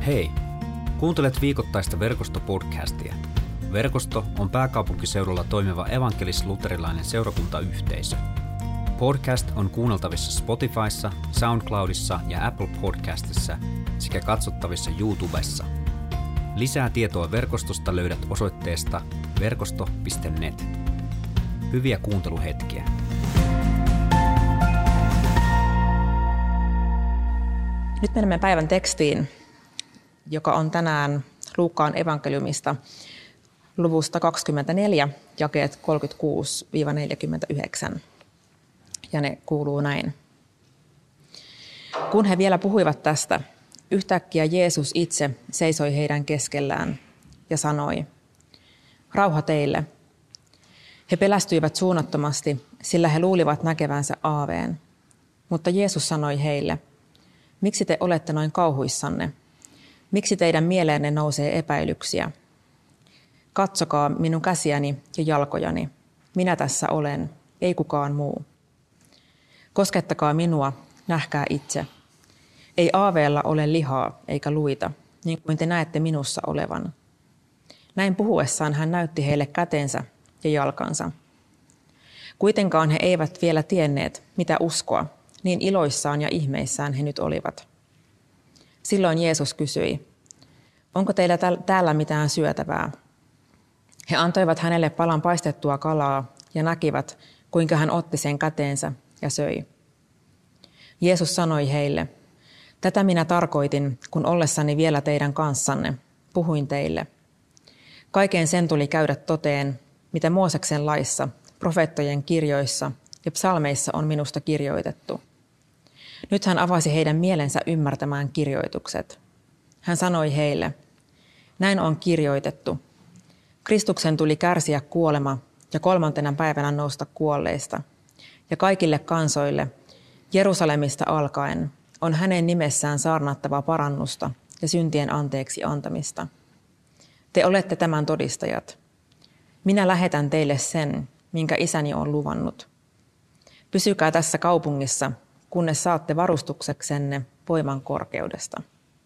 Hei! Kuuntelet viikoittaista Verkosto-podcastia. Verkosto on pääkaupunkiseudulla toimiva evankelis-luterilainen seurakuntayhteisö. Podcast on kuunneltavissa Spotifyssa, SoundCloudissa ja Apple Podcastissa sekä katsottavissa YouTubessa. Lisää tietoa verkostosta löydät osoitteesta verkosto.net. Hyviä kuunteluhetkiä. Nyt menemme päivän tekstiin, joka on tänään Luukkaan evankeliumista luvusta 24, jakeet 36-49. Ja ne kuuluu näin. Kun he vielä puhuivat tästä, yhtäkkiä Jeesus itse seisoi heidän keskellään ja sanoi, rauha teille. He pelästyivät suunnattomasti, sillä he luulivat näkevänsä aaveen. Mutta Jeesus sanoi heille, miksi te olette noin kauhuissanne? Miksi teidän mieleenne nousee epäilyksiä? Katsokaa minun käsiäni ja jalkojani. Minä tässä olen, ei kukaan muu. Koskettakaa minua, nähkää itse. Ei aaveella ole lihaa eikä luita, niin kuin te näette minussa olevan. Näin puhuessaan hän näytti heille kätensä ja jalkansa. Kuitenkaan he eivät vielä tienneet, mitä uskoa, niin iloissaan ja ihmeissään he nyt olivat. Silloin Jeesus kysyi, onko teillä täällä mitään syötävää? He antoivat hänelle palan paistettua kalaa ja näkivät, kuinka hän otti sen käteensä ja söi. Jeesus sanoi heille, tätä minä tarkoitin, kun ollessani vielä teidän kanssanne, puhuin teille. Kaiken sen tuli käydä toteen, mitä Mooseksen laissa, profeettojen kirjoissa ja psalmeissa on minusta kirjoitettu. Nyt hän avasi heidän mielensä ymmärtämään kirjoitukset. Hän sanoi heille, näin on kirjoitettu. Kristuksen tuli kärsiä kuolema ja 3. päivänä nousta kuolleista. Ja kaikille kansoille, Jerusalemista alkaen, on hänen nimessään saarnattava parannusta ja syntien anteeksi antamista. Te olette tämän todistajat. Minä lähetän teille sen, minkä isäni on luvannut. Pysykää tässä kaupungissa, kunnes saatte varustukseksenne voiman korkeudesta.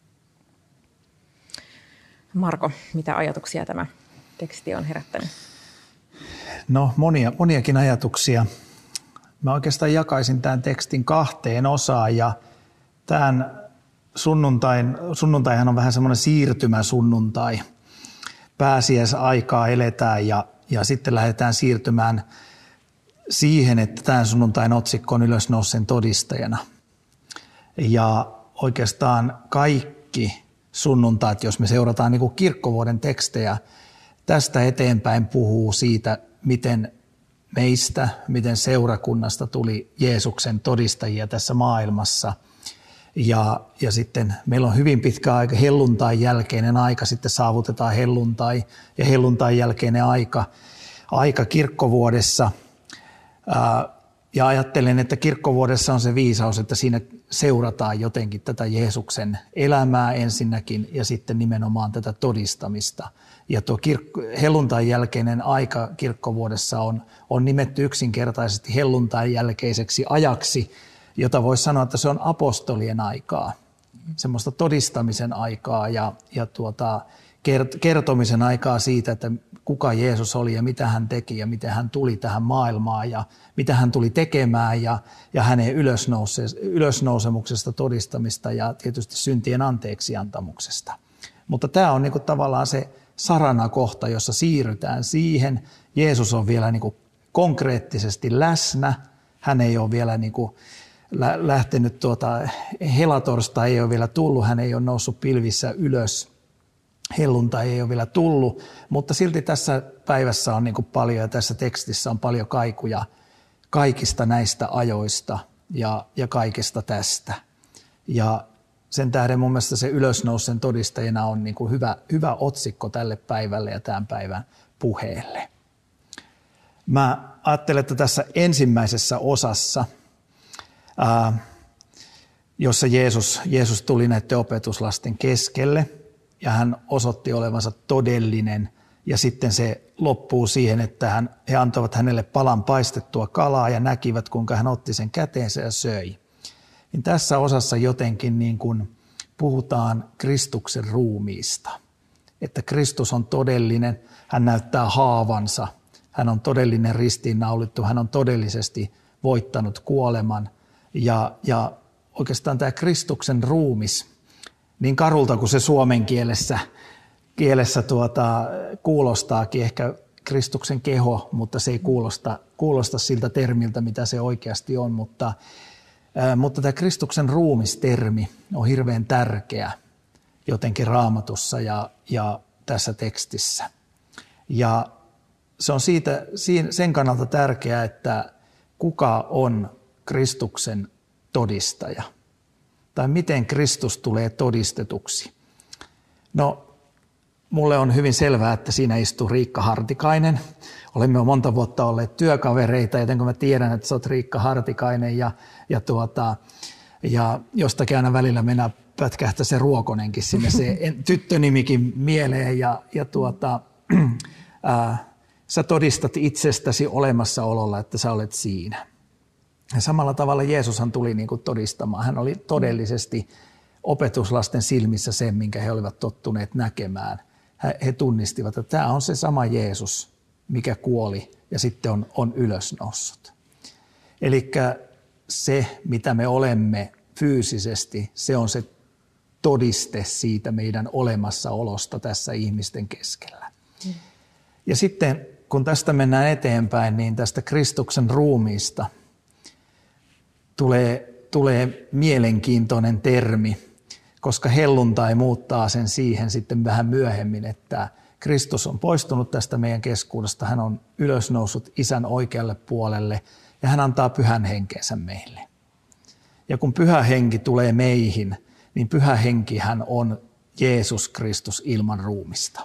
Marko, mitä ajatuksia tämä teksti on herättänyt? No moniakin ajatuksia. Mä oikeastaan jakaisin tämän tekstin 2 osaan ja tämän sunnuntaihan on vähän semmoinen siirtymäsunnuntai. Pääsiäisaikaa eletään ja sitten lähdetään siirtymään siihen, että tämän sunnuntain otsikko on ylösnousseen todistajana. Ja oikeastaan kaikki sunnuntait, jos me seurataan niin kuin kirkkovuoden tekstejä, tästä eteenpäin puhuu siitä, miten meistä, miten seurakunnasta tuli Jeesuksen todistajia tässä maailmassa. Ja sitten meillä on hyvin pitkä aika, helluntain jälkeinen aika, sitten saavutetaan helluntai ja helluntain jälkeinen aika kirkkovuodessa. Ja ajattelen, että kirkkovuodessa on se viisaus, että siinä seurataan jotenkin tätä Jeesuksen elämää ensinnäkin ja sitten nimenomaan tätä todistamista. Ja tuo helluntain jälkeinen aika kirkkovuodessa on nimetty yksinkertaisesti helluntain jälkeiseksi ajaksi, jota voisi sanoa, että se on apostolien aikaa, semmoista todistamisen aikaa ja kertomisen aikaa siitä, että kuka Jeesus oli ja mitä hän teki ja miten hän tuli tähän maailmaan ja mitä hän tuli tekemään ja hänen ylösnousemuksesta todistamista ja tietysti syntien anteeksiantamuksesta. Mutta tämä on niinku tavallaan se saranakohta, jossa siirrytään siihen. Jeesus on vielä niinku konkreettisesti läsnä. Hän ei ole vielä niinku lähtenyt helatorsta ei ole vielä tullut, hän ei ole noussut pilvissä ylös. Helluntai ei ole vielä tullut, mutta silti tässä päivässä on niin kuin paljon ja tässä tekstissä on paljon kaikuja kaikista näistä ajoista ja kaikesta tästä. Ja sen tähden mun mielestä se ylösnousen todistajana on niin kuin hyvä otsikko tälle päivälle ja tämän päivän puheelle. Mä ajattelen, että tässä ensimmäisessä osassa, jossa Jeesus tuli näiden opetuslasten keskelle, ja hän osoitti olevansa todellinen ja sitten se loppuu siihen, että he antoivat hänelle palan paistettua kalaa ja näkivät, kuinka hän otti sen käteensä ja söi. Niin tässä osassa jotenkin niin kuin puhutaan Kristuksen ruumiista. Että Kristus on todellinen, hän näyttää haavansa, hän on todellinen ristiinnaulittu, hän on todellisesti voittanut kuoleman. Ja oikeastaan tämä Kristuksen ruumis, niin karulta kuin se suomen kielessä kuulostaakin, ehkä Kristuksen keho, mutta se ei kuulosta siltä termiltä, mitä se oikeasti on. Mutta tämä Kristuksen ruumistermi on hirveän tärkeä jotenkin Raamatussa ja tässä tekstissä. Ja se on sen kannalta tärkeää, että kuka on Kristuksen todistaja tai miten Kristus tulee todistetuksi. No, mulle on hyvin selvää, että siinä istuu Riikka Hartikainen. Olemme jo monta vuotta olleet työkavereita, joten kun mä tiedän, että sä oot Riikka Hartikainen ja jostakin aina välillä mennä pätkähtää se Ruokonenkin sinne, se tyttönimikin mieleen sä todistat itsestäsi olemassaololla, että sä olet siinä. Ja samalla tavalla Jeesushan tuli niin kuin todistamaan. Hän oli todellisesti opetuslasten silmissä se, minkä he olivat tottuneet näkemään. He tunnistivat, että tämä on se sama Jeesus, mikä kuoli ja sitten on ylösnoussut. Eli se, mitä me olemme fyysisesti, se on se todiste siitä meidän olemassaolosta tässä ihmisten keskellä. Ja sitten kun tästä mennään eteenpäin, niin tästä Kristuksen ruumiista tulee mielenkiintoinen termi, koska helluntai muuttaa sen siihen sitten vähän myöhemmin, että Kristus on poistunut tästä meidän keskuudesta, hän on ylösnoussut Isän oikealle puolelle ja hän antaa pyhän henkensä meille. Ja kun pyhä henki tulee meihin, niin pyhä henkihän on Jeesus Kristus ilman ruumista.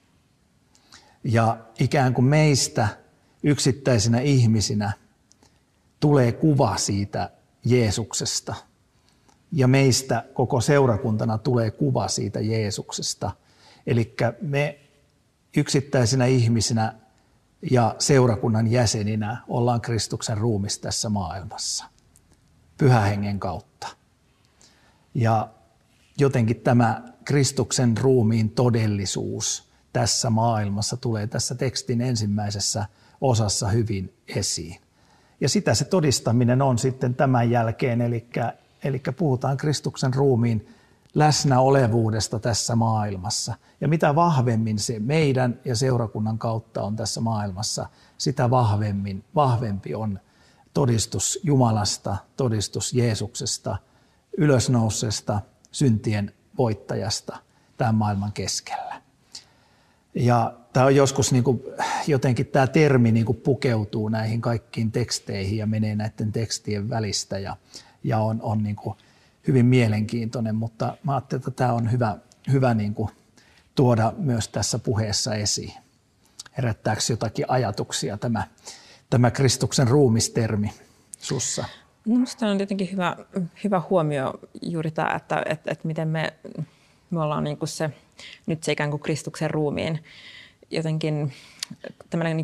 Ja ikään kuin meistä yksittäisinä ihmisinä tulee kuva siitä Jeesuksesta. Ja meistä koko seurakuntana tulee kuva siitä Jeesuksesta. Eli me yksittäisinä ihmisinä ja seurakunnan jäseninä ollaan Kristuksen ruumis tässä maailmassa. Pyhän hengen kautta. Ja jotenkin tämä Kristuksen ruumiin todellisuus tässä maailmassa tulee tässä tekstin ensimmäisessä osassa hyvin esiin. Ja sitä se todistaminen on sitten tämän jälkeen, eli puhutaan Kristuksen ruumiin läsnäolevuudesta tässä maailmassa. Ja mitä vahvemmin se meidän ja seurakunnan kautta on tässä maailmassa, sitä vahvempi on todistus Jumalasta, todistus Jeesuksesta, ylösnousseesta, syntien voittajasta tämän maailman keskellä. Ja tämä on joskus jotenkin tämä termi pukeutuu näihin kaikkiin teksteihin ja menee näiden tekstien välistä ja on hyvin mielenkiintoinen, mutta mä ajattelin, että tämä on hyvä tuoda myös tässä puheessa esiin. Herättääkö jotakin ajatuksia tämä Kristuksen ruumistermi sussa? Minusta on jotenkin hyvä huomio juuri tämä, että miten me ollaan nyt se ikään kuin Kristuksen ruumiin jotenkin tämmöinen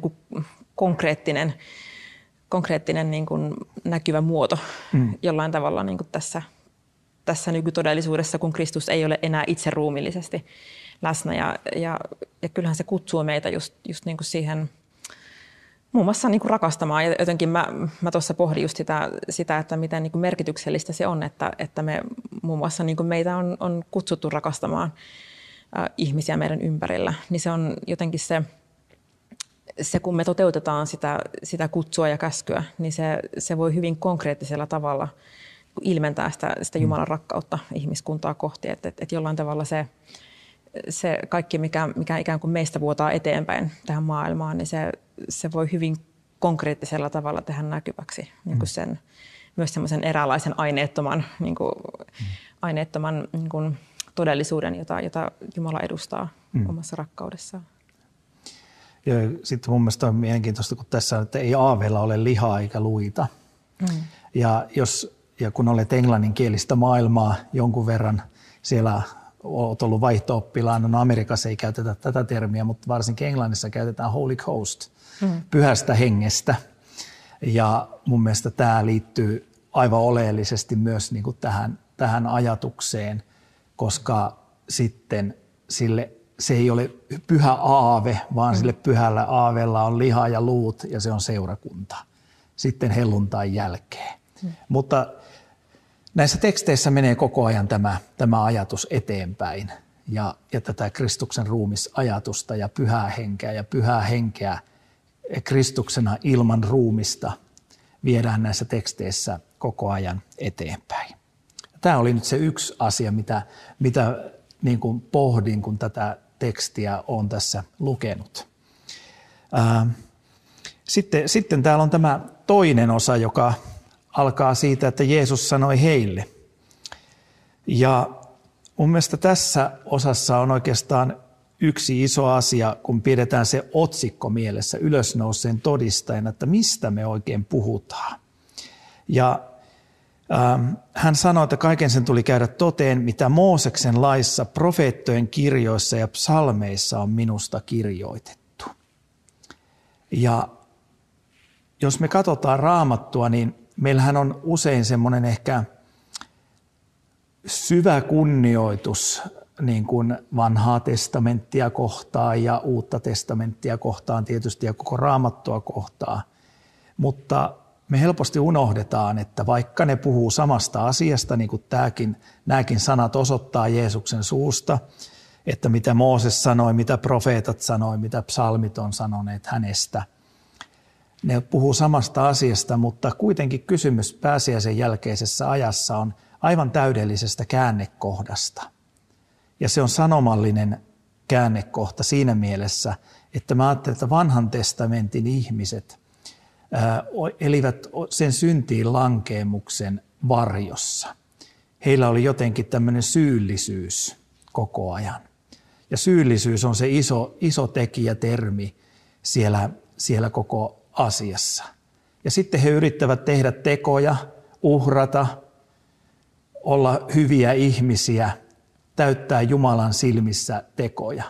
konkreettinen näkyvä muoto jollain tavalla tässä nykytodellisuudessa, kun Kristus ei ole enää itse ruumiillisesti läsnä. Ja kyllähän se kutsuu meitä just siihen muun muassa rakastamaan. Ja jotenkin mä tuossa pohdin just sitä että miten merkityksellistä se on, että me muun muassa meitä on kutsuttu rakastamaan ihmisiä meidän ympärillä. Niin se on jotenkin se kun me toteutetaan sitä kutsua ja käskyä, niin se voi hyvin konkreettisella tavalla ilmentää sitä Jumalan rakkautta ihmiskuntaa kohti. Että jollain tavalla se kaikki, mikä ikään kuin meistä vuotaa eteenpäin tähän maailmaan, niin se voi hyvin konkreettisella tavalla tehdä näkyväksi myös semmoisen eräänlaisen aineettoman todellisuuden, jota Jumala edustaa omassa rakkaudessaan. Ja sitten mun mielestä on mielenkiintoista, kun tässä on, että ei aaveilla ole lihaa eikä luita. Ja kun olet englanninkielistä maailmaa jonkun verran, siellä olet ollut vaihto-oppilaana, no Amerikassa ei käytetä tätä termiä, mutta varsinkin Englannissa käytetään Holy Ghost, pyhästä hengestä. Ja mun mielestä tämä liittyy aivan oleellisesti myös tähän ajatukseen koska sitten se ei ole pyhä aave, vaan sille pyhällä aavella on liha ja luut ja se on seurakunta. Sitten helluntain jälkeen. Mutta näissä teksteissä menee koko ajan tämä ajatus eteenpäin ja tätä Kristuksen ruumisajatusta ja pyhää henkeä Kristuksena ilman ruumista viedään näissä teksteissä koko ajan eteenpäin. Tämä oli nyt se yksi asia, mitä niin kuin pohdin, kun tätä tekstiä olen tässä lukenut. Sitten täällä on tämä toinen osa, joka alkaa siitä, että Jeesus sanoi heille. Ja mun mielestä tässä osassa on oikeastaan yksi iso asia, kun pidetään se otsikko mielessä ylösnouseen todistajana, että mistä me oikein puhutaan. Ja hän sanoi, että kaiken sen tuli käydä toteen, mitä Mooseksen laissa, profeettojen kirjoissa ja psalmeissa on minusta kirjoitettu. Ja jos me katsotaan Raamattua, niin meillähän on usein semmoinen ehkä syvä kunnioitus niin kuin vanhaa testamenttia kohtaan ja uutta testamenttia kohtaan tietysti ja koko Raamattua kohtaan. Mutta me helposti unohdetaan, että vaikka ne puhuu samasta asiasta, niin kuin nämäkin sanat osoittaa Jeesuksen suusta, että mitä Mooses sanoi, mitä profeetat sanoi, mitä psalmit on sanoneet hänestä. Ne puhuu samasta asiasta, mutta kuitenkin kysymys pääsiäisen jälkeisessä ajassa on aivan täydellisestä käännekohdasta. Ja se on sanomallinen käännekohta siinä mielessä, että mä ajattelen, että vanhan testamentin ihmiset elivät sen syntiin lankeemuksen varjossa. Heillä oli jotenkin tämmöinen syyllisyys koko ajan. Ja syyllisyys on se iso tekijätermi siellä koko asiassa. Ja sitten he yrittävät tehdä tekoja, uhrata, olla hyviä ihmisiä, täyttää Jumalan silmissä tekoja.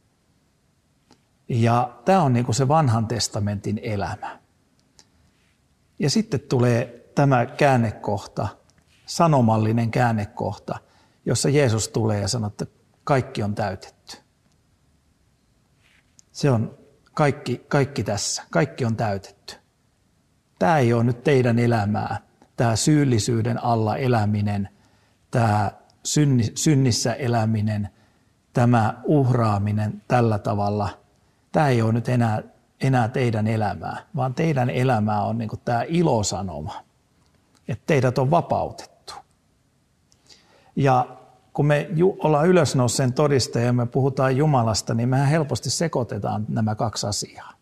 Ja tämä on niin kuin se vanhan testamentin elämä. Ja sitten tulee tämä käännekohta, sanomallinen käännekohta, jossa Jeesus tulee ja sanoo, että kaikki on täytetty. Se on kaikki tässä, kaikki on täytetty. Tämä ei ole nyt teidän elämää, tämä syyllisyyden alla eläminen, tämä synnissä eläminen, tämä uhraaminen tällä tavalla, tämä ei ole nyt enää teidän elämää, vaan teidän elämää on niin kuin tämä ilosanoma, että teidät on vapautettu. Ja kun me ollaan ylösnouseen todistajia ja me puhutaan Jumalasta, niin mehän helposti sekoitetaan nämä kaksi asiaa.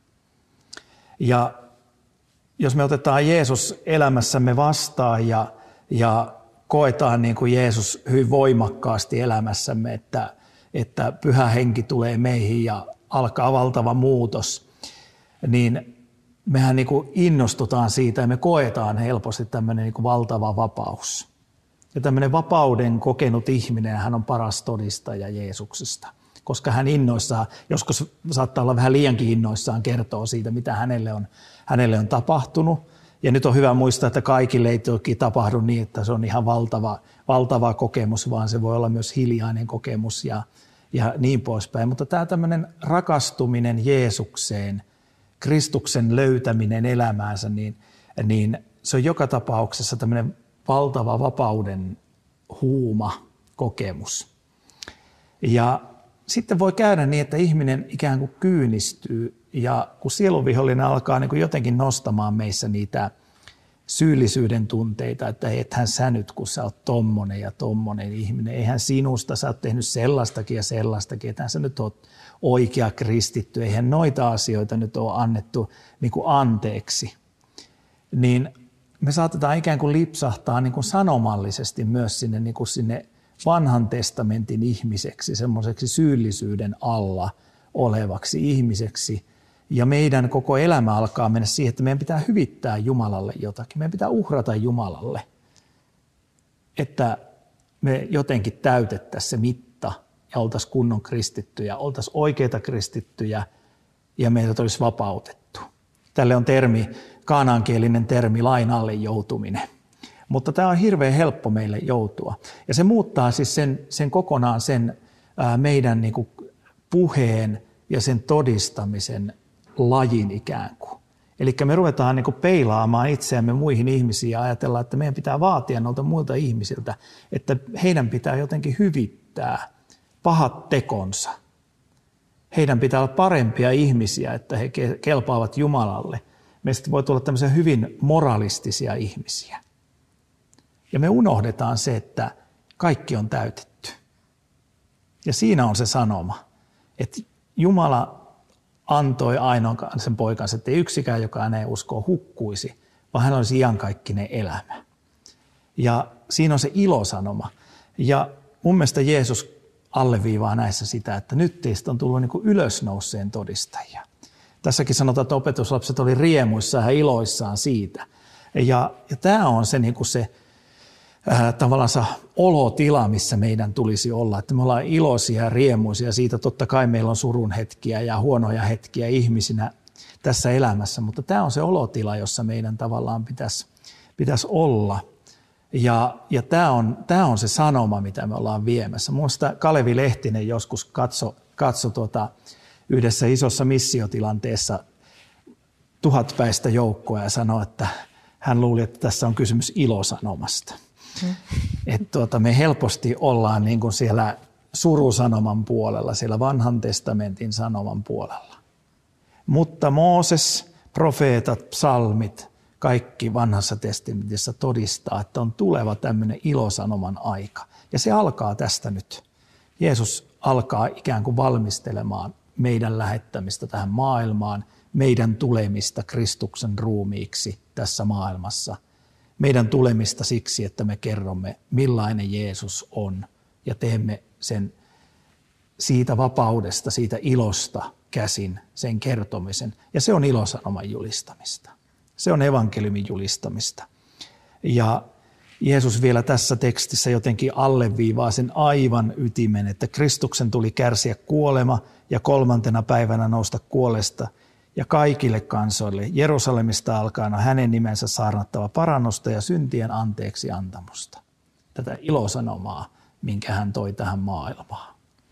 Ja jos me otetaan Jeesus elämässämme vastaan ja koetaan niin kuin Jeesus hyvin voimakkaasti elämässämme, että Pyhä Henki tulee meihin ja alkaa valtava muutos, niin mehän niin kuin innostutaan siitä ja me koetaan helposti tämmöinen niin kuin valtava vapaus. Ja tämmöinen vapauden kokenut ihminen, hän on paras todistaja Jeesuksesta, koska hän innoissaan, joskus saattaa olla vähän liiankin innoissaan, kertoo siitä, mitä hänelle on tapahtunut. Ja nyt on hyvä muistaa, että kaikille ei toki tapahdu niin, että se on ihan valtava kokemus, vaan se voi olla myös hiljainen kokemus ja niin poispäin. Mutta tämä tämmöinen rakastuminen Jeesukseen, Kristuksen löytäminen elämäänsä, niin se on joka tapauksessa tämmöinen valtava vapauden huuma kokemus. Ja sitten voi käydä niin, että ihminen ikään kuin kyynistyy ja kun sielunvihollinen alkaa niin kuin jotenkin nostamaan meissä niitä syyllisyyden tunteita, että ethän sä nyt, kun sä oot tommonen ja tommonen ihminen, eihän sinusta, sä oot tehnyt sellaistakin ja sellaistakin, ethän sä nyt oot oikea kristitty, eihän noita asioita nyt ole annettu niin kuin anteeksi, niin me saatetaan ikään kuin lipsahtaa niin kuin sanomallisesti myös sinne vanhan testamentin ihmiseksi, semmoiseksi syyllisyyden alla olevaksi ihmiseksi. Ja meidän koko elämä alkaa mennä siihen, että meidän pitää hyvittää Jumalalle jotakin. Meidän pitää uhrata Jumalalle, että me jotenkin täytettäisiin se mitta ja oltaisiin kunnon kristittyjä, oltaisiin oikeita kristittyjä ja meidät olisi vapautettu. Tälle on kaanaankielinen termi lain alle joutuminen. Mutta tämä on hirveän helppo meille joutua. Ja se muuttaa siis sen kokonaan sen meidän niin kuin puheen ja sen todistamisen lajin ikään kuin. Eli me ruvetaan niin kuin peilaamaan itseämme muihin ihmisiin ja ajatellaan, että meidän pitää vaatia noilta muilta ihmisiltä, että heidän pitää jotenkin hyvittää pahat tekonsa. Heidän pitää olla parempia ihmisiä, että he kelpaavat Jumalalle. Meistä voi tulla tämmöisiä hyvin moralistisia ihmisiä. Ja me unohdetaan se, että kaikki on täytetty. Ja siinä on se sanoma, että Jumala antoi ainoan sen poikansa, että ei yksikään, joka häneen uskoo, hukkuisi, vaan hän olisi iankaikkinen elämä. Ja siinä on se ilosanoma. Ja mun mielestä Jeesus alleviivaa näissä sitä, että nyt teistä on tullut niin kuin ylösnouseen todistajia. Tässäkin sanotaan, että opetuslapset oli riemuissaan ja iloissaan siitä. Ja tämä on se, niin kuin se tavallaan se olotila, missä meidän tulisi olla. Että me ollaan iloisia ja riemuisia siitä. Totta kai meillä on surun hetkiä ja huonoja hetkiä ihmisinä tässä elämässä, mutta tämä on se olotila, jossa meidän tavallaan pitäisi olla. Ja tämä on se sanoma, mitä me ollaan viemässä. Minusta Kalevi Lehtinen joskus katsoi yhdessä isossa missiotilanteessa 1000-päistä joukkoa ja sanoi, että hän luuli, että tässä on kysymys ilosanomasta. Että me helposti ollaan niin kuin siellä surusanoman puolella, siellä vanhan testamentin sanoman puolella. Mutta Mooses, profeetat, psalmit, kaikki vanhassa testamentissa todistaa, että on tuleva tämmöinen ilosanoman aika. Ja se alkaa tästä nyt. Jeesus alkaa ikään kuin valmistelemaan meidän lähettämistä tähän maailmaan, meidän tulemista Kristuksen ruumiiksi tässä maailmassa. Meidän tulemista siksi, että me kerromme, millainen Jeesus on ja teemme sen siitä vapaudesta, siitä ilosta käsin sen kertomisen. Ja se on ilosanoman julistamista. Se on evankeliumin julistamista. Ja Jeesus vielä tässä tekstissä jotenkin alleviivaa sen aivan ytimen, että Kristuksen tuli kärsiä kuolema ja 3. päivänä nousta kuolesta ja kaikille kansoille Jerusalemista alkaen on hänen nimensä saarnattava parannusta ja syntien anteeksi antamusta. Tätä ilosanomaa, minkä hän toi tähän maailmaan.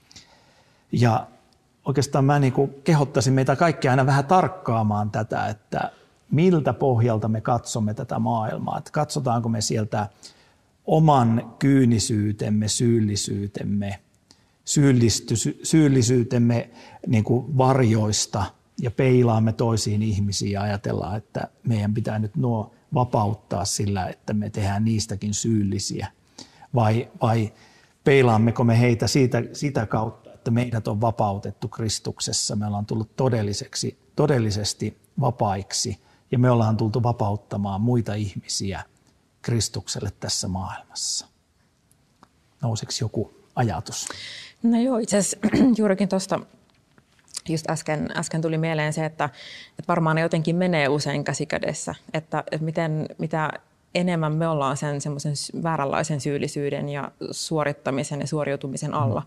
Ja oikeastaan mä niin kuin kehottaisin meitä kaikkia aina vähän tarkkaamaan tätä, että miltä pohjalta me katsomme tätä maailmaa. Että katsotaanko me sieltä oman kyynisyytemme, syyllisyytemme niin kuin varjoista ja peilaamme toisiin ihmisiin ja ajatellaan, että meidän pitää nyt nuo vapauttaa sillä, että me tehdään niistäkin syyllisiä. Vai peilaammeko me heitä sitä kautta, että meidät on vapautettu Kristuksessa. Me ollaan tullut todellisesti vapaiksi ja me ollaan tultu vapauttamaan muita ihmisiä Kristukselle tässä maailmassa. Nousiko joku ajatus? No joo, itse asiassa juurikin tuosta just äsken tuli mieleen se, että varmaan ne jotenkin menee usein käsikädessä, että mitä enemmän me ollaan sen semmoisen vääränlaisen syyllisyyden ja suorittamisen ja suoriutumisen alla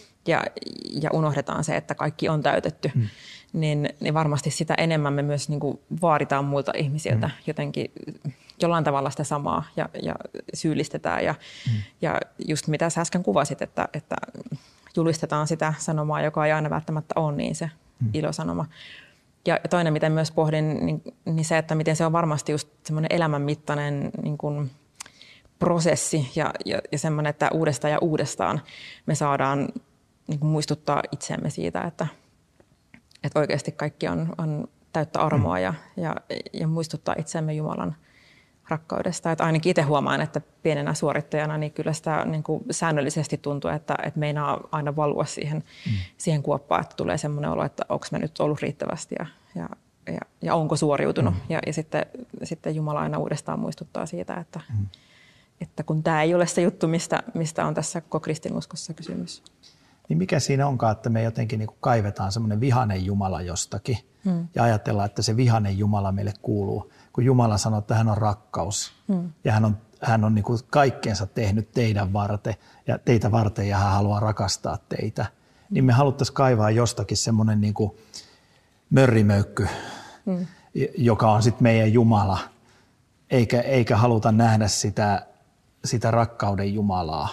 ja unohdetaan se, että kaikki on täytetty, niin varmasti sitä enemmän me myös niin kuin vaaditaan muilta ihmisiltä jotenkin jollain tavalla sitä samaa ja syyllistetään. Ja just mitä sä äsken kuvasit, että julistetaan sitä sanomaa, joka ei aina välttämättä ole niin se ilosanoma. Ja toinen, mitä myös pohdin, niin se, että miten se on varmasti just semmoinen elämänmittainen niin kuin prosessi ja semmoinen, että uudestaan ja uudestaan me saadaan niin kuin muistuttaa itseämme siitä, että oikeasti kaikki on täyttä armoa ja muistuttaa itseämme Jumalan rakkaudesta. Että ainakin itse huomaan, että pienenä suorittajana niin kyllä sitä niin kuin säännöllisesti tuntuu, että meinaa aina valua siihen kuoppaan, että tulee semmoinen olo, että onko mä nyt ollut riittävästi ja onko suoriutunut. Ja sitten Jumala aina uudestaan muistuttaa siitä, että kun tämä ei ole se juttu, mistä on tässä koko kristinuskossa kysymys. Niin mikä siinä onkaan, että me jotenkin niin kuin kaivetaan semmoinen vihainen Jumala jostakin ja ajatellaan, että se vihainen Jumala meille kuuluu. Kun Jumala sanoo, että hän on rakkaus ja hän on niin kuin kaikkeensa tehnyt teitä varten ja hän haluaa rakastaa teitä, niin me haluttaisiin kaivaa jostakin semmoinen niin kuin mörrimöykky, joka on sitten meidän Jumala. eikä haluta nähdä sitä rakkauden Jumalaa.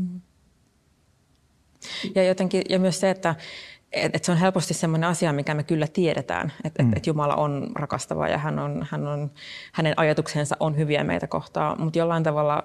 Ja myös se, että se on helposti sellainen asia, mikä me kyllä tiedetään, että Jumala on rakastava ja hänen ajatuksensa on hyviä meitä kohtaan, mutta jollain tavalla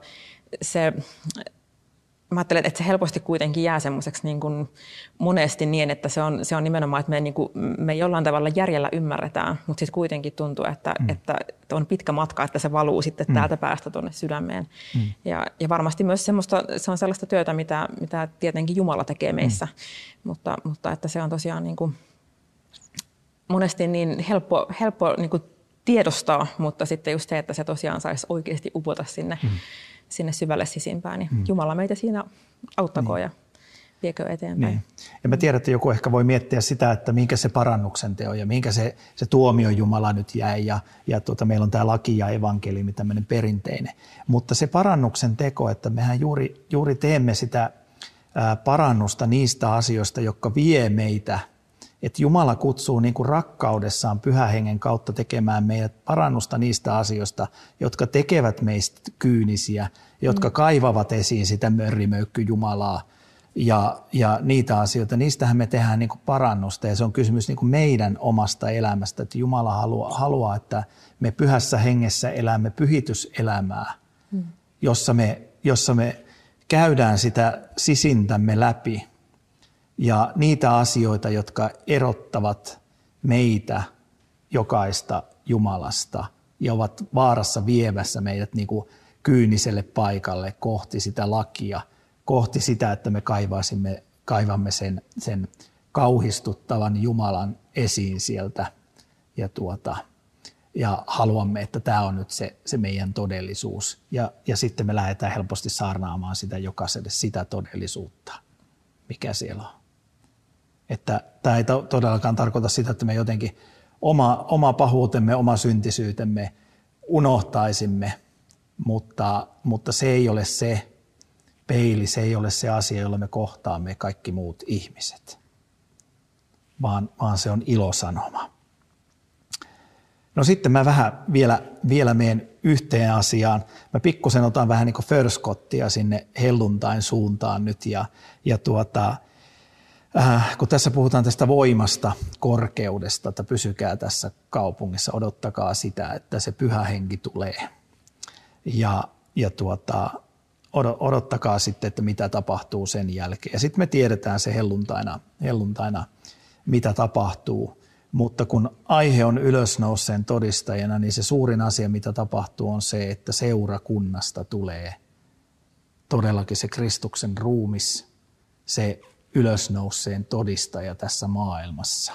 mä ajattelen, että se helposti kuitenkin jää semmoiseksi niin kuin monesti niin, että se on nimenomaan, että me jollain tavalla järjellä ymmärretään, mutta sitten kuitenkin tuntuu, että on pitkä matka, että se valuu sitten täältä päästä tuonne sydämeen. Ja varmasti myös se on sellaista työtä, mitä tietenkin Jumala tekee meissä, mutta että se on tosiaan niin kuin monesti niin helppo niin kuin tiedostaa, mutta sitten just se, että se tosiaan saisi oikeasti upota sinne syvälle sisimpään, niin Jumala meitä siinä auttakoon ja viekö eteenpäin. Niin. Ja mä tiedän, että joku ehkä voi miettiä sitä, että minkä se parannuksen teo ja minkä se tuomio Jumala nyt jäi ja meillä on tämä laki ja evankeliumi, tämmöinen perinteinen. Mutta se parannuksen teko, että mehän juuri teemme sitä parannusta niistä asioista, jotka vie meitä. Että Jumala kutsuu niin kuin rakkaudessaan Pyhän Hengen kautta tekemään meidät parannusta niistä asioista, jotka tekevät meistä kyynisiä, jotka kaivavat esiin sitä mörrimöykky Jumalaa ja niitä asioita. Niistähän me tehdään niin kuin parannusta ja se on kysymys niin kuin meidän omasta elämästä. Että Jumala haluaa, että me Pyhässä Hengessä elämme pyhityselämää, jossa me käydään sitä sisintämme läpi. Ja niitä asioita, jotka erottavat meitä jokaista Jumalasta ja ovat vaarassa vievässä meidät niin kuin kyyniselle paikalle kohti sitä lakia, kohti sitä, että me kaivamme sen kauhistuttavan Jumalan esiin sieltä ja haluamme, että tämä on nyt se meidän todellisuus. Ja sitten me lähdetään helposti saarnaamaan sitä jokaiselle sitä todellisuutta, mikä siellä on. Että tämä ei todellakaan tarkoita sitä, että me jotenkin oma pahuutemme, oma syntisyytemme unohtaisimme, mutta se ei ole se peili, se ei ole se asia, jolla me kohtaamme kaikki muut ihmiset, vaan se on ilosanoma. No sitten mä vähän vielä menen yhteen asiaan. Mä pikkusen otan vähän niin kuin förskottia sinne helluntain suuntaan nyt kun tässä puhutaan tästä voimasta, korkeudesta, että pysykää tässä kaupungissa, odottakaa sitä, että se Pyhä Henki tulee. Ja odottakaa sitten, että mitä tapahtuu sen jälkeen. Ja sitten me tiedetään se helluntaina, mitä tapahtuu. Mutta kun aihe on ylösnouseen todistajana, niin se suurin asia, mitä tapahtuu, on se, että seurakunnasta tulee todellakin se Kristuksen ruumis, se ylösnouseen todistaja tässä maailmassa.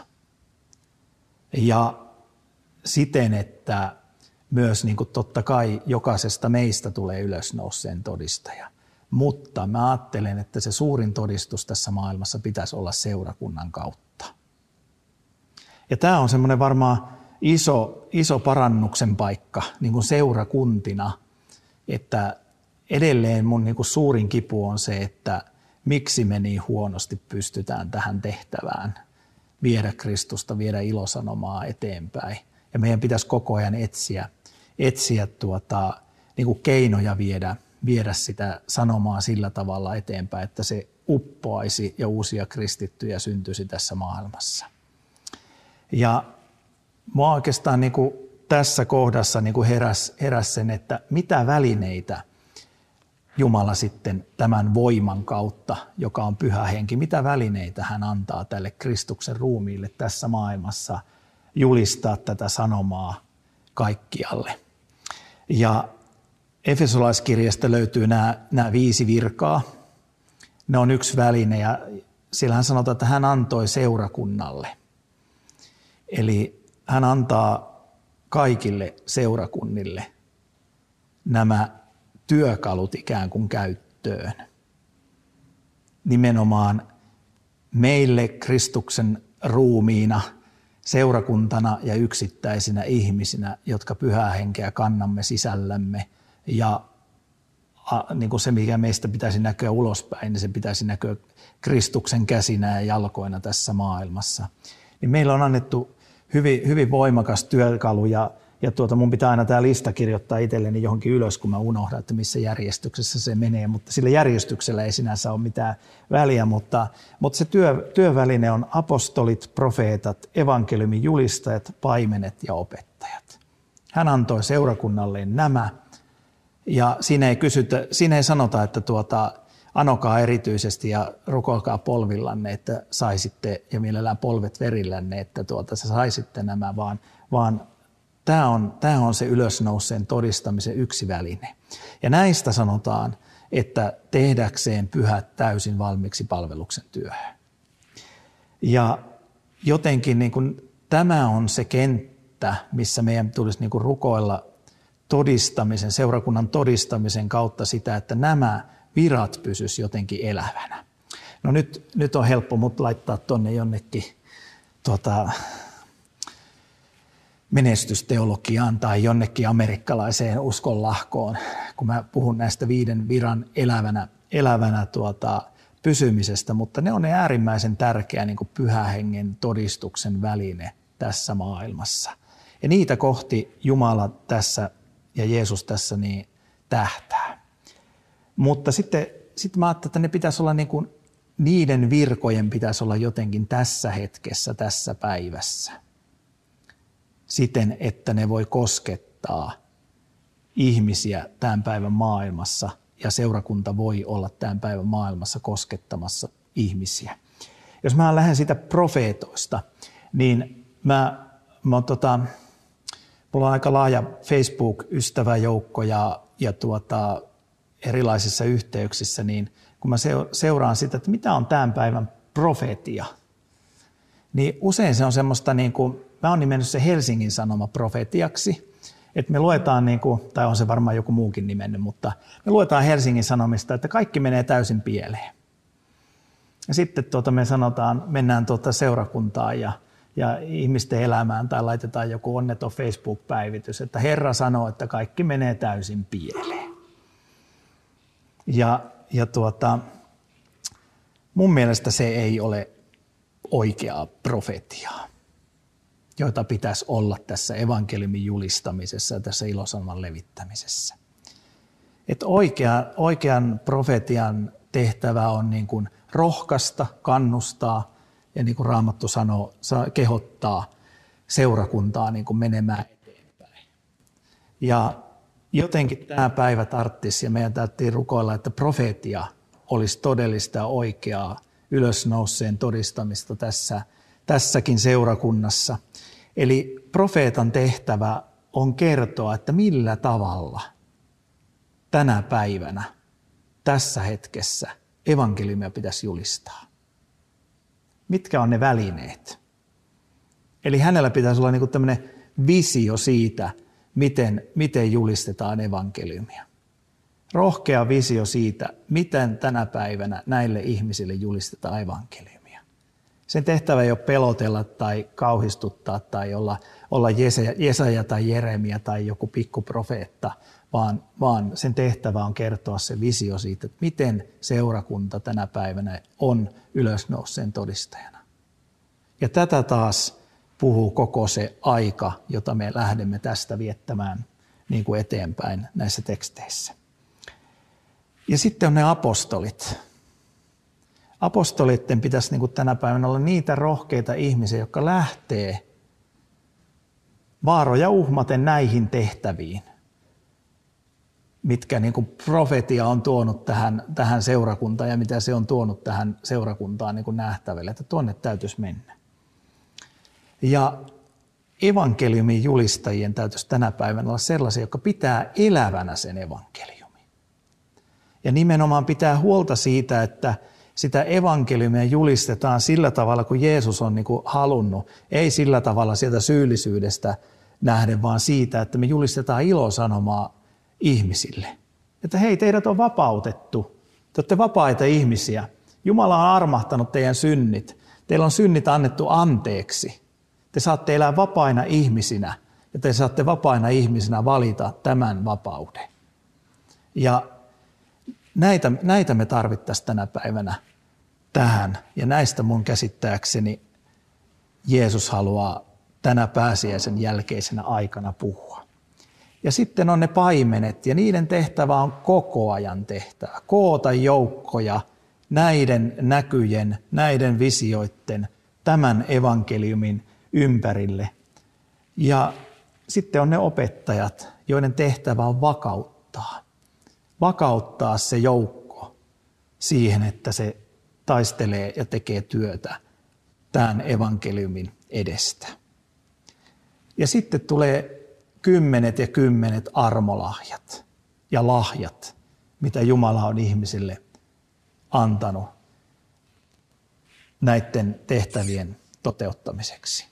Ja siten, että myös niin kuin totta kai jokaisesta meistä tulee ylösnouseen todistaja. Mutta mä ajattelen, että se suurin todistus tässä maailmassa pitäisi olla seurakunnan kautta. Ja tämä on semmoinen varmaan iso parannuksen paikka niin kuin seurakuntina, että edelleen mun niin kuin suurin kipu on se, että miksi me niin huonosti pystytään tähän tehtävään, viedä Kristusta, viedä ilosanomaa eteenpäin. Ja meidän pitäisi koko ajan etsiä niin kuin keinoja viedä sitä sanomaa sillä tavalla eteenpäin, että se uppoaisi ja uusia kristittyjä syntyisi tässä maailmassa. Ja mua oikeastaan niin kuin tässä kohdassa niin kuin heräsi sen, että mitä välineitä Jumala sitten tämän voiman kautta, joka on Pyhä Henki, mitä välineitä hän antaa tälle Kristuksen ruumiille tässä maailmassa julistaa tätä sanomaa kaikkialle. Ja Efesolaiskirjasta löytyy nämä 5 virkaa. Ne on yksi väline ja siellä hän sanotaan, että hän antoi seurakunnalle. Eli hän antaa kaikille seurakunnille nämä työkalut ikään kuin käyttöön. Nimenomaan meille Kristuksen ruumiina, seurakuntana ja yksittäisinä ihmisinä, jotka Pyhää Henkeä kannamme sisällämme. Ja niin kuin se, mikä meistä pitäisi näkyä ulospäin, niin se pitäisi näkyä Kristuksen käsinä ja jalkoina tässä maailmassa. Niin meillä on annettu hyvin voimakas työkalu ja mun pitää aina tämä lista kirjoittaa itselleni johonkin ylös, kun mä unohdan, että missä järjestyksessä se menee. Mutta sillä järjestyksellä ei sinänsä ole mitään väliä, mutta se työväline on apostolit, profeetat, evankeliumin julistajat, paimenet ja opettajat. Hän antoi seurakunnalleen nämä, ja siinä ei sanota, että anokaa erityisesti ja rukoilkaa polvillanne, että saisitte, ja mielellään polvet verillänne, että sä saisitte nämä, vaan tämä on se ylösnouseen todistamisen yksi väline. Ja näistä sanotaan, että tehdäkseen pyhät täysin valmiiksi palveluksen työhön. Ja jotenkin niin kuin, tämä on se kenttä, missä meidän tulisi niin kuin rukoilla todistamisen, seurakunnan todistamisen kautta sitä, että nämä virat pysyisi jotenkin elävänä. No nyt on helppo mut laittaa tuonne jonnekin menestysteologiaan tai jonnekin amerikkalaiseen uskonlahkoon, kun mä puhun näistä 5 viran elävänä pysymisestä, mutta ne on ne äärimmäisen tärkeä niin kuin pyhän hengen todistuksen väline tässä maailmassa. Ja niitä kohti Jumala tässä ja Jeesus tässä niin tähtää. Mutta sitten mä ajattelin, että ne pitäisi olla niin kuin, niiden virkojen pitäisi olla jotenkin tässä hetkessä, tässä päivässä. Siten, että ne voi koskettaa ihmisiä tämän päivän maailmassa ja seurakunta voi olla tämän päivän maailmassa koskettamassa ihmisiä. Jos mä lähden siitä profeetoista, niin mulla on aika laaja Facebook-ystäväjoukko ja erilaisissa yhteyksissä, niin kun mä seuraan sitä, että mitä on tämän päivän profetia, niin usein se on semmoista, niin kuin, mä oon nimennyt se Helsingin Sanoma profetiaksi, että me luetaan, niin kuin, tai on se varmaan joku muukin nimennyt, mutta me luetaan Helsingin Sanomista, että kaikki menee täysin pieleen. Ja sitten me mennään seurakuntaan ja ihmisten elämään tai laitetaan joku onneton Facebook-päivitys, että Herra sanoo, että kaikki menee täysin pieleen. Ja mun mielestä se ei ole oikeaa profetiaa, joita pitäisi olla tässä evankeliumin julistamisessa ja tässä ilosanoman levittämisessä. Että oikean profetian tehtävä on niin kuin rohkaista, kannustaa ja niin kuin Raamattu sanoo, kehottaa seurakuntaa niin kuin menemään eteenpäin. Ja jotenkin tämä päivä tarttisi ja meidän täytyy rukoilla, että profeetia olisi todellista ja oikeaa ylösnouseen todistamista tässäkin seurakunnassa. Eli profeetan tehtävä on kertoa, että millä tavalla tänä päivänä, tässä hetkessä evankeliumia pitäisi julistaa. Mitkä on ne välineet? Eli hänellä pitäisi olla niinku tämmöinen visio siitä, miten julistetaan evankeliumia. Rohkea visio siitä, miten tänä päivänä näille ihmisille julistetaan evankeliumia. Sen tehtävä ei ole pelotella tai kauhistuttaa tai olla Jesaja tai Jeremia tai joku pikkuprofeetta, vaan sen tehtävä on kertoa se visio siitä, että miten seurakunta tänä päivänä on ylösnouseen todistajana. Ja tätä taas puhuu koko se aika, jota me lähdemme tästä viettämään niin kuin eteenpäin näissä teksteissä. Ja sitten on ne apostolit. Apostolitten pitäisi niin kuin tänä päivänä olla niitä rohkeita ihmisiä, jotka lähtee vaaroja uhmaten näihin tehtäviin, mitkä niin kuin profetia on tuonut tähän seurakuntaan ja mitä se on tuonut tähän seurakuntaan niin kuin nähtäville, että tuonne täytyisi mennä. Ja evankeliumin julistajien täytyisi tänä päivänä olla sellaisia, jotka pitää elävänä sen evankeliumin. Ja nimenomaan pitää huolta siitä, että sitä evankeliumia julistetaan sillä tavalla, kun Jeesus on niin kuin halunnut. Ei sillä tavalla sieltä syyllisyydestä nähden, vaan siitä, että me julistetaan ilosanomaa ihmisille. Että hei, teidät on vapautettu. Te olette vapaita ihmisiä. Jumala on armahtanut teidän synnit. Teillä on synnit annettu anteeksi. Te saatte elää vapaina ihmisinä ja te saatte vapaina ihmisinä valita tämän vapauden. Ja näitä me tarvittaisiin tänä päivänä tähän. Ja näistä mun käsittääkseni Jeesus haluaa tänä pääsiäisen jälkeisenä aikana puhua. Ja sitten on ne paimenet, ja niiden tehtävä on koko ajan tehtävä. Koota joukkoja näiden näkyjen, näiden visioiden, tämän evankeliumin ympärille. Ja sitten on ne opettajat, joiden tehtävä on vakauttaa. Vakauttaa se joukko siihen, että se taistelee ja tekee työtä tämän evankeliumin edestä. Ja sitten tulee kymmenet ja kymmenet armolahjat ja lahjat, mitä Jumala on ihmisille antanut näiden tehtävien toteuttamiseksi.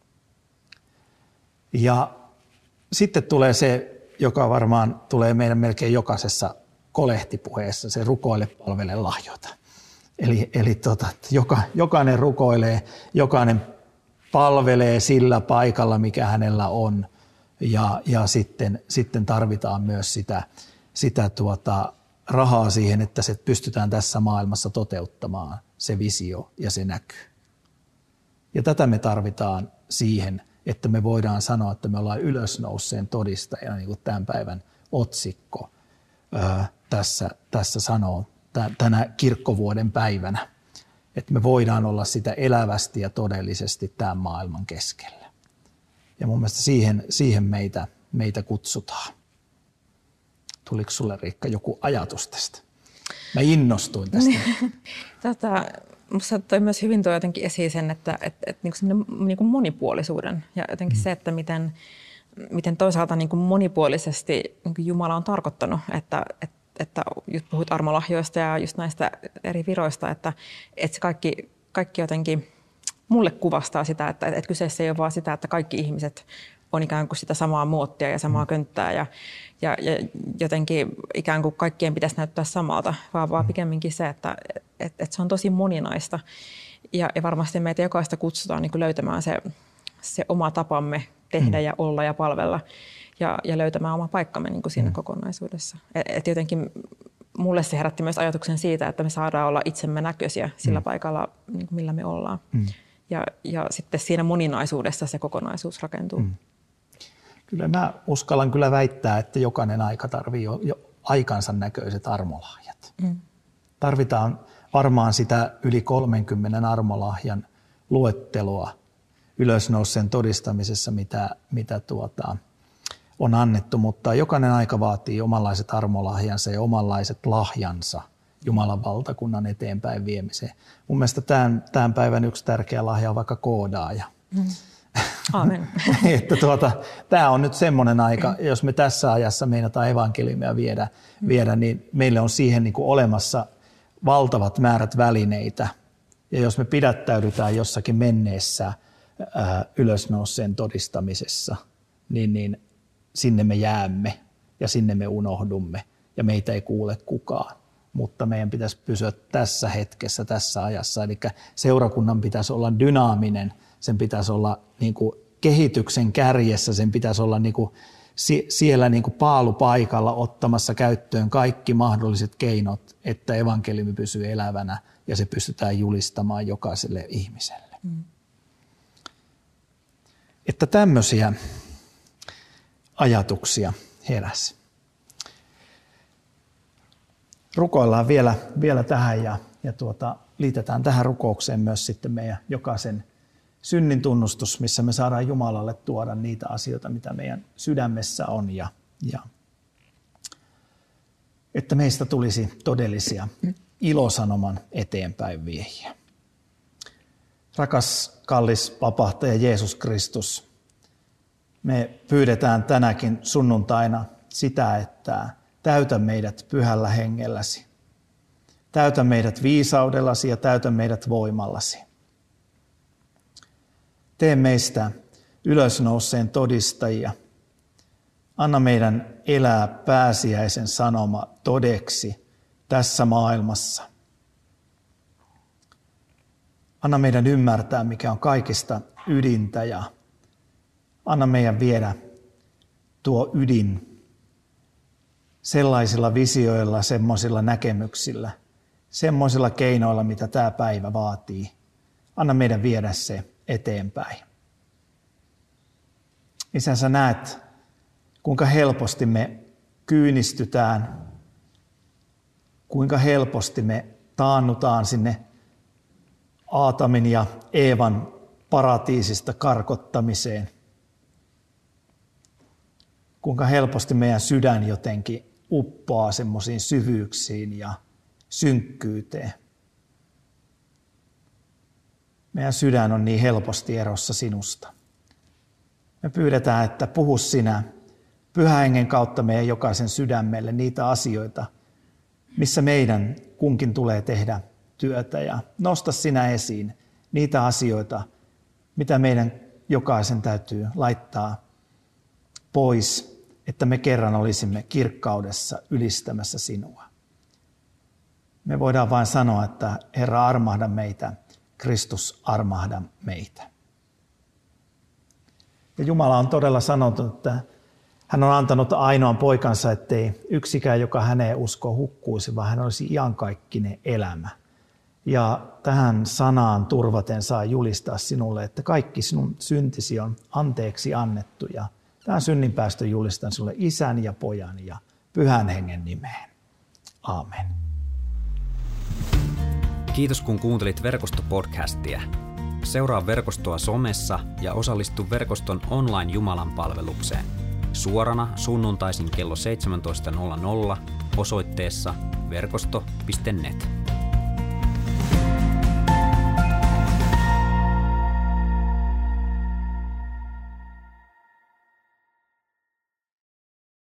Ja sitten tulee se, joka varmaan tulee meidän melkein jokaisessa kolehtipuheessa, se rukoile, palvele, lahjoita. Eli jokainen rukoilee, jokainen palvelee sillä paikalla, mikä hänellä on. Ja sitten tarvitaan myös sitä rahaa siihen, että se pystytään tässä maailmassa toteuttamaan, se visio ja se näky. Ja tätä me tarvitaan siihen, että me voidaan sanoa, että me ollaan ylösnouseen todistajana, niin kuin tämän päivän otsikko tässä sanoo, tänä kirkkovuoden päivänä. Että me voidaan olla sitä elävästi ja todellisesti tämän maailman keskellä. Ja mun mielestä siihen meitä kutsutaan. Tuliko sulle, Riikka, joku ajatus tästä? Mä innostuin tästä. Minusta toi myös hyvin toi jotenkin esiin sen, että niin monipuolisuuden ja jotenkin se, että miten toisaalta niin kuin monipuolisesti niin kuin Jumala on tarkoittanut, että just puhuit armolahjoista ja just näistä eri viroista, että se kaikki jotenkin mulle kuvastaa sitä, että kyseessä ei ole vaan sitä, että kaikki ihmiset on ikään kuin sitä samaa muottia ja samaa könttää ja jotenkin ikään kuin kaikkien pitäisi näyttää samalta, vaan pikemminkin se, että se on tosi moninaista ja varmasti meitä jokaista kutsutaan niin kuin löytämään se oma tapamme tehdä ja olla ja palvella ja löytämään oma paikkamme niin kuin siinä kokonaisuudessa. Et jotenkin mulle se herätti myös ajatuksen siitä, että me saadaan olla itsemme näköisiä sillä paikalla, niin kuin millä me ollaan. Ja sitten siinä moninaisuudessa se kokonaisuus rakentuu. Kyllä mä uskallan kyllä väittää, että jokainen aika tarvii jo aikansa näköiset armolahjat. Tarvitaan varmaan sitä yli 30 armolahjan luettelua ylösnouseen todistamisessa, mitä on annettu, mutta jokainen aika vaatii omanlaiset armolahjansa ja omanlaiset lahjansa Jumalan valtakunnan eteenpäin viemiseen. Mun mielestä tämän päivän yksi tärkeä lahja on vaikka koodaaja. Aamen. Tämä on nyt semmoinen aika, jos me tässä ajassa meinataan evankeliumia viedä, niin meille on siihen niin kuin olemassa valtavat määrät välineitä. Ja jos me pidättäydytään jossakin menneessä ylösnouseen todistamisessa, niin sinne me jäämme ja sinne me unohdumme ja meitä ei kuule kukaan. Mutta meidän pitäisi pysyä tässä hetkessä, tässä ajassa. Eli seurakunnan pitäisi olla dynaaminen, sen pitäisi olla niin kuin kehityksen kärjessä, sen pitäisi olla niin kuin siellä niin kuin paalupaikalla ottamassa käyttöön kaikki mahdolliset keinot, että evankeliumi pysyy elävänä ja se pystytään julistamaan jokaiselle ihmiselle. Että tämmöisiä ajatuksia heräsi. Rukoillaan vielä tähän ja liitetään tähän rukoukseen myös sitten meidän jokaisen synnin tunnustus, missä me saadaan Jumalalle tuoda niitä asioita, mitä meidän sydämessä on ja että meistä tulisi todellisia ilosanoman eteenpäin viehiä. Rakas, kallis vapahtaja Jeesus Kristus, me pyydetään tänäkin sunnuntaina sitä, että täytä meidät pyhällä hengelläsi. Täytä meidät viisaudellasi ja täytä meidät voimallasi. Tee meistä ylösnouseen todistajia. Anna meidän elää pääsiäisen sanoma todeksi tässä maailmassa. Anna meidän ymmärtää, mikä on kaikista ydintä ja anna meidän viedä tuo ydin sellaisilla visioilla, semmoisilla näkemyksillä, semmoisilla keinoilla, mitä tämä päivä vaatii. Anna meidän viedä se eteenpäin. Isä, sä näet kuinka helposti me kyynistytään, kuinka helposti me taannutaan sinne Aatamin ja Eevan paratiisista karkottamiseen. Kuinka helposti meidän sydän jotenkin uppoaa semmoisiin syvyyksiin ja synkkyyteen. Meidän sydän on niin helposti erossa sinusta. Me pyydetään, että puhu sinä Pyhän Hengen kautta meidän jokaisen sydämelle niitä asioita, missä meidän kunkin tulee tehdä työtä, ja nosta sinä esiin niitä asioita, mitä meidän jokaisen täytyy laittaa pois, että me kerran olisimme kirkkaudessa ylistämässä sinua. Me voidaan vain sanoa, että Herra, armahda meitä, Kristus, armahda meitä. Ja Jumala on todella sanonut, että hän on antanut ainoan poikansa, ettei yksikään, joka häneen uskoo, hukkuisi, vaan hän olisi iankaikkinen elämä. Ja tähän sanaan turvaten saa julistaa sinulle, että kaikki sinun syntisi on anteeksi annettu. Ja tähän synninpäästön julistan sinulle Isän ja Pojan ja Pyhän Hengen nimeen. Aamen. Kiitos kun kuuntelit Verkosto-podcastia. Seuraa Verkostoa somessa ja osallistu Verkoston online Jumalanpalvelukseen suorana sunnuntaisin kello 17.00 osoitteessa verkosto.net.